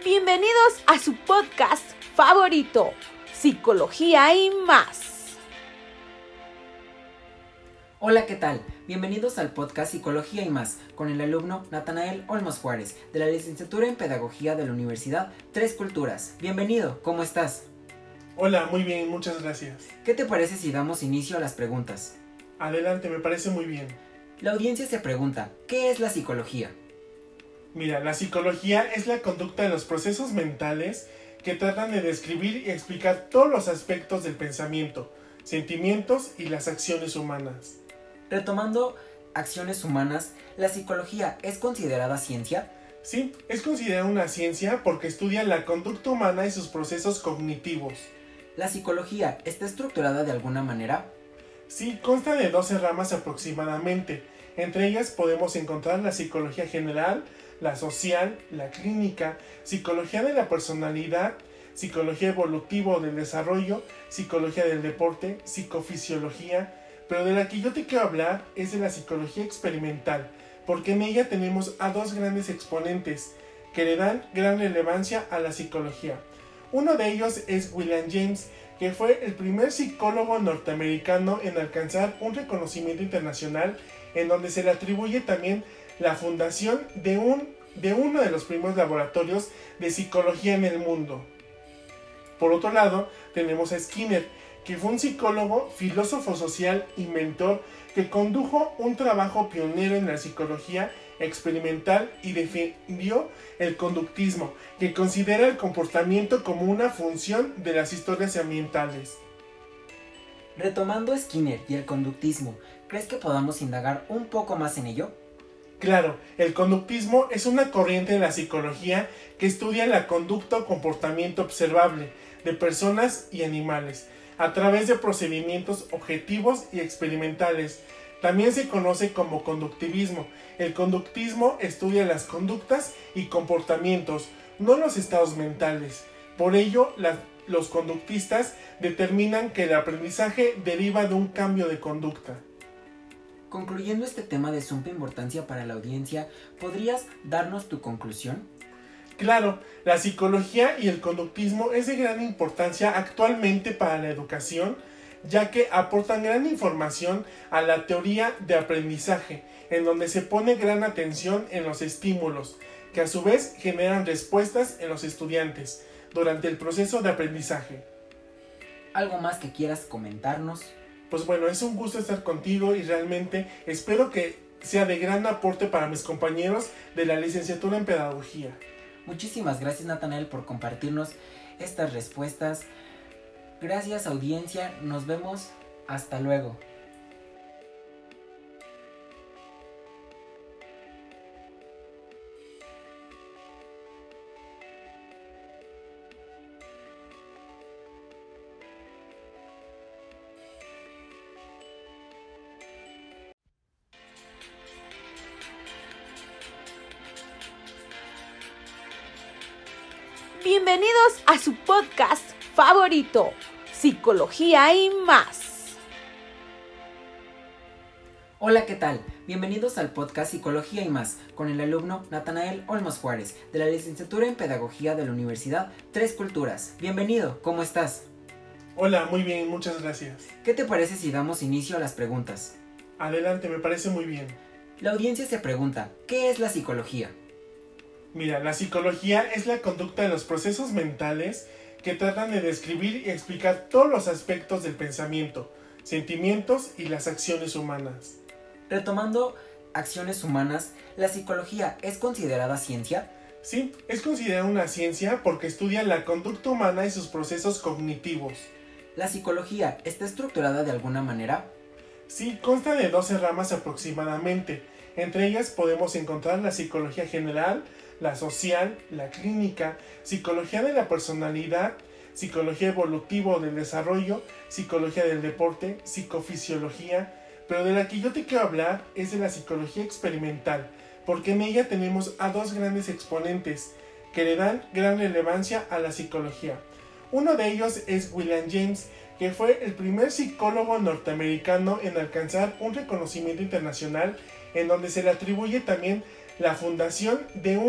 Bienvenidos a su podcast favorito, Psicología y más. Hola, ¿qué tal? Bienvenidos al podcast Psicología y más, con el alumno Natanael Olmos Juárez, de la licenciatura en Pedagogía de la Universidad Tres Culturas. Bienvenido, ¿cómo estás? Hola, muy bien, muchas gracias. ¿Qué te parece si damos inicio a las preguntas? Adelante, me parece muy bien. La audiencia se pregunta, ¿qué es la psicología? Mira, la psicología es la conducta de los procesos mentales que tratan de describir y explicar todos los aspectos del pensamiento, sentimientos y las acciones humanas. Retomando acciones humanas, ¿la psicología es considerada ciencia? Sí, es considerada una ciencia porque estudia la conducta humana y sus procesos cognitivos. ¿La psicología está estructurada de alguna manera? Sí, consta de 12 ramas aproximadamente. Entre ellas podemos encontrar la psicología general, la social, la clínica, psicología de la personalidad, psicología evolutiva o del desarrollo, psicología del deporte, psicofisiología, pero de la que yo te quiero hablar es de la psicología experimental, porque en ella tenemos a dos grandes exponentes que le dan gran relevancia a la psicología. Uno de ellos es William James, que fue el primer psicólogo norteamericano en alcanzar un reconocimiento internacional, en donde se le atribuye también la fundación de uno de los primeros laboratorios de psicología en el mundo. Por otro lado, tenemos a Skinner, que fue un psicólogo, filósofo social y mentor que condujo un trabajo pionero en la psicología experimental y defendió el conductismo, que considera el comportamiento como una función de las historias ambientales. Retomando a Skinner y el conductismo, ¿crees que podamos indagar un poco más en ello? Claro, el conductismo es una corriente de la psicología que estudia la conducta o comportamiento observable de personas y animales a través de procedimientos objetivos y experimentales. También se conoce como conductivismo. El conductismo estudia las conductas y comportamientos, no los estados mentales. Por ello, los conductistas determinan que el aprendizaje deriva de un cambio de conducta. Concluyendo este tema de suma importancia para la audiencia, ¿podrías darnos tu conclusión? Claro, la psicología y el conductismo es de gran importancia actualmente para la educación, ya que aportan gran información a la teoría de aprendizaje, en donde se pone gran atención en los estímulos, que a su vez generan respuestas en los estudiantes durante el proceso de aprendizaje. ¿Algo más que quieras comentarnos? Pues bueno, es un gusto estar contigo y realmente espero que sea de gran aporte para mis compañeros de la licenciatura en Pedagogía. Muchísimas gracias, Natanael, por compartirnos estas respuestas. Gracias, audiencia. Nos vemos. Hasta luego. Bienvenidos a su podcast favorito, Psicología y más. Hola, ¿qué tal? Bienvenidos al podcast Psicología y más, con el alumno Natanael Olmos Juárez, de la licenciatura en Pedagogía de la Universidad Tres Culturas. Bienvenido, ¿cómo estás? Hola, muy bien, muchas gracias. ¿Qué te parece si damos inicio a las preguntas? Adelante, me parece muy bien. La audiencia se pregunta, ¿qué es la psicología? Mira, la psicología es la conducta de los procesos mentales que tratan de describir y explicar todos los aspectos del pensamiento, sentimientos y las acciones humanas. Retomando acciones humanas, ¿la psicología es considerada ciencia? Sí, es considerada una ciencia porque estudia la conducta humana y sus procesos cognitivos. ¿La psicología está estructurada de alguna manera? Sí, consta de 12 ramas aproximadamente. Entre ellas podemos encontrar la psicología general, la social, la clínica, psicología de la personalidad, psicología evolutiva o del desarrollo, psicología del deporte, psicofisiología, pero de la que yo te quiero hablar es de la psicología experimental, porque en ella tenemos a dos grandes exponentes que le dan gran relevancia a la psicología. Uno de ellos es William James, que fue el primer psicólogo norteamericano en alcanzar un reconocimiento internacional, en donde se le atribuye también la fundación de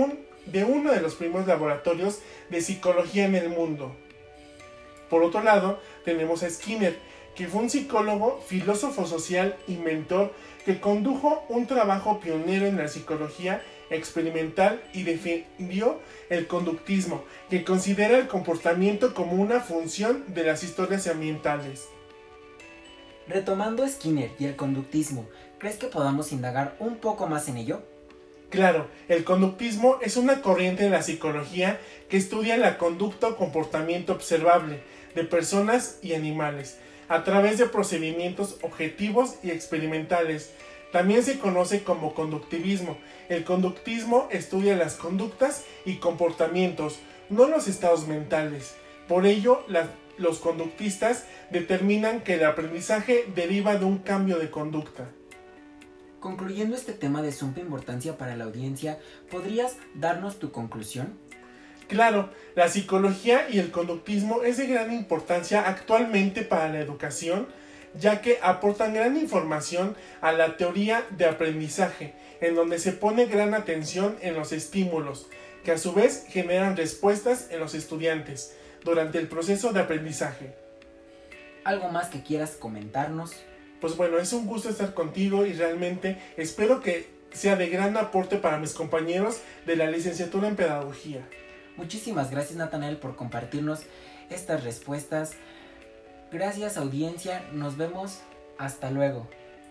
de uno de los primeros laboratorios de psicología en el mundo. Por otro lado, tenemos a Skinner, que fue un psicólogo, filósofo social y mentor que condujo un trabajo pionero en la psicología experimental y defendió el conductismo, que considera el comportamiento como una función de las historias ambientales. Retomando a Skinner y el conductismo, ¿crees que podamos indagar un poco más en ello? Claro, el conductismo es una corriente de la psicología que estudia la conducta o comportamiento observable de personas y animales a través de procedimientos objetivos y experimentales. También se conoce como conductivismo. El conductismo estudia las conductas y comportamientos, no los estados mentales. Por ello, los conductistas determinan que el aprendizaje deriva de un cambio de conducta. Concluyendo este tema de suma importancia para la audiencia, ¿podrías darnos tu conclusión? Claro, la psicología y el conductismo es de gran importancia actualmente para la educación, ya que aportan gran información a la teoría de aprendizaje, en donde se pone gran atención en los estímulos, que a su vez generan respuestas en los estudiantes durante el proceso de aprendizaje. ¿Algo más que quieras comentarnos? Pues bueno, es un gusto estar contigo y realmente espero que sea de gran aporte para mis compañeros de la licenciatura en Pedagogía. Muchísimas gracias, Natanael, por compartirnos estas respuestas. Gracias, audiencia, nos vemos, hasta luego.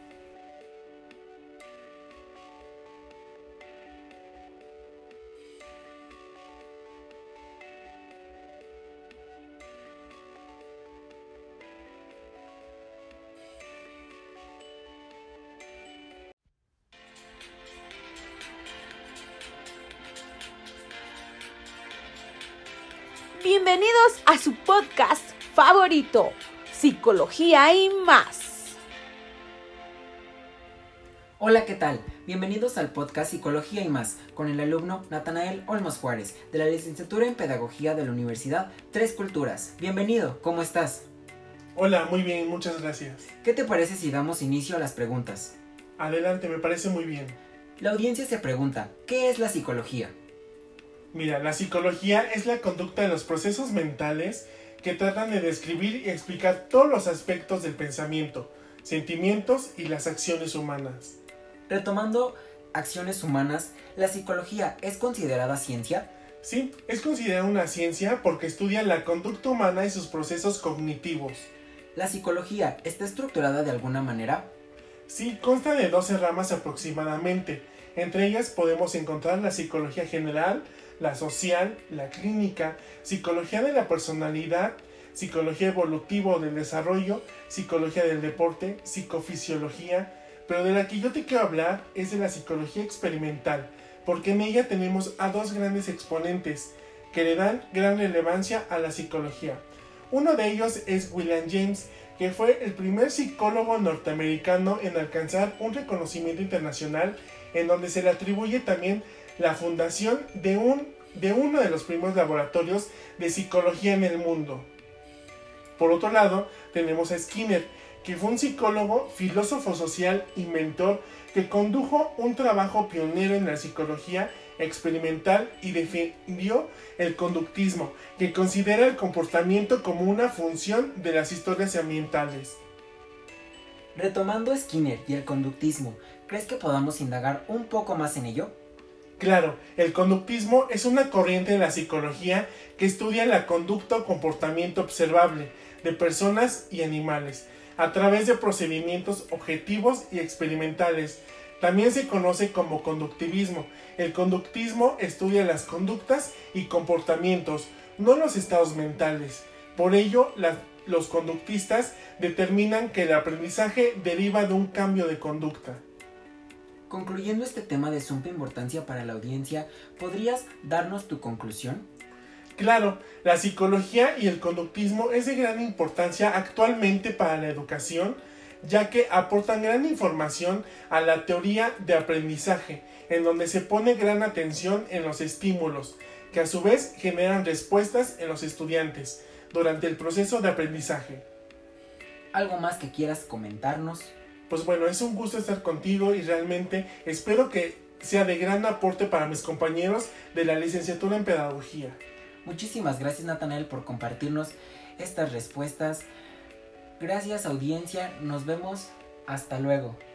Bienvenidos a su podcast favorito, Psicología y más. Hola, ¿qué tal? Bienvenidos al podcast Psicología y más, con el alumno Natanael Olmos Juárez, de la licenciatura en Pedagogía de la Universidad Tres Culturas. Bienvenido, ¿cómo estás? Hola, muy bien, muchas gracias. ¿Qué te parece si damos inicio a las preguntas? Adelante, me parece muy bien. La audiencia se pregunta, ¿qué es la psicología? Mira, la psicología es la conducta de los procesos mentales que tratan de describir y explicar todos los aspectos del pensamiento, sentimientos y las acciones humanas. Retomando acciones humanas, ¿la psicología es considerada ciencia? Sí, es considerada una ciencia porque estudia la conducta humana y sus procesos cognitivos. ¿La psicología está estructurada de alguna manera? Sí, consta de 12 ramas aproximadamente. Entre ellas podemos encontrar la psicología general, la social, la clínica, psicología de la personalidad, psicología evolutivo del desarrollo, psicología del deporte, psicofisiología, pero de la que yo te quiero hablar es de la psicología experimental, porque en ella tenemos a dos grandes exponentes que le dan gran relevancia a la psicología. Uno de ellos es William James, que fue el primer psicólogo norteamericano en alcanzar un reconocimiento internacional, en donde se le atribuye también la fundación de uno de los primeros laboratorios de psicología en el mundo. Por otro lado, tenemos a Skinner, que fue un psicólogo, filósofo social y mentor que condujo un trabajo pionero en la psicología experimental y defendió el conductismo, que considera el comportamiento como una función de las historias ambientales. Retomando a Skinner y el conductismo, ¿crees que podamos indagar un poco más en ello? Claro, el conductismo es una corriente de la psicología que estudia la conducta o comportamiento observable de personas y animales a través de procedimientos objetivos y experimentales. También se conoce como conductivismo. El conductismo estudia las conductas y comportamientos, no los estados mentales. Por ello, los conductistas determinan que el aprendizaje deriva de un cambio de conducta. Concluyendo este tema de suma importancia para la audiencia, ¿podrías darnos tu conclusión? Claro, la psicología y el conductismo es de gran importancia actualmente para la educación, ya que aportan gran información a la teoría de aprendizaje, en donde se pone gran atención en los estímulos, que a su vez generan respuestas en los estudiantes durante el proceso de aprendizaje. ¿Algo más que quieras comentarnos? Pues bueno, es un gusto estar contigo y realmente espero que sea de gran aporte para mis compañeros de la licenciatura en Pedagogía. Muchísimas gracias, Natanael, por compartirnos estas respuestas. Gracias, audiencia. Nos vemos. Hasta luego.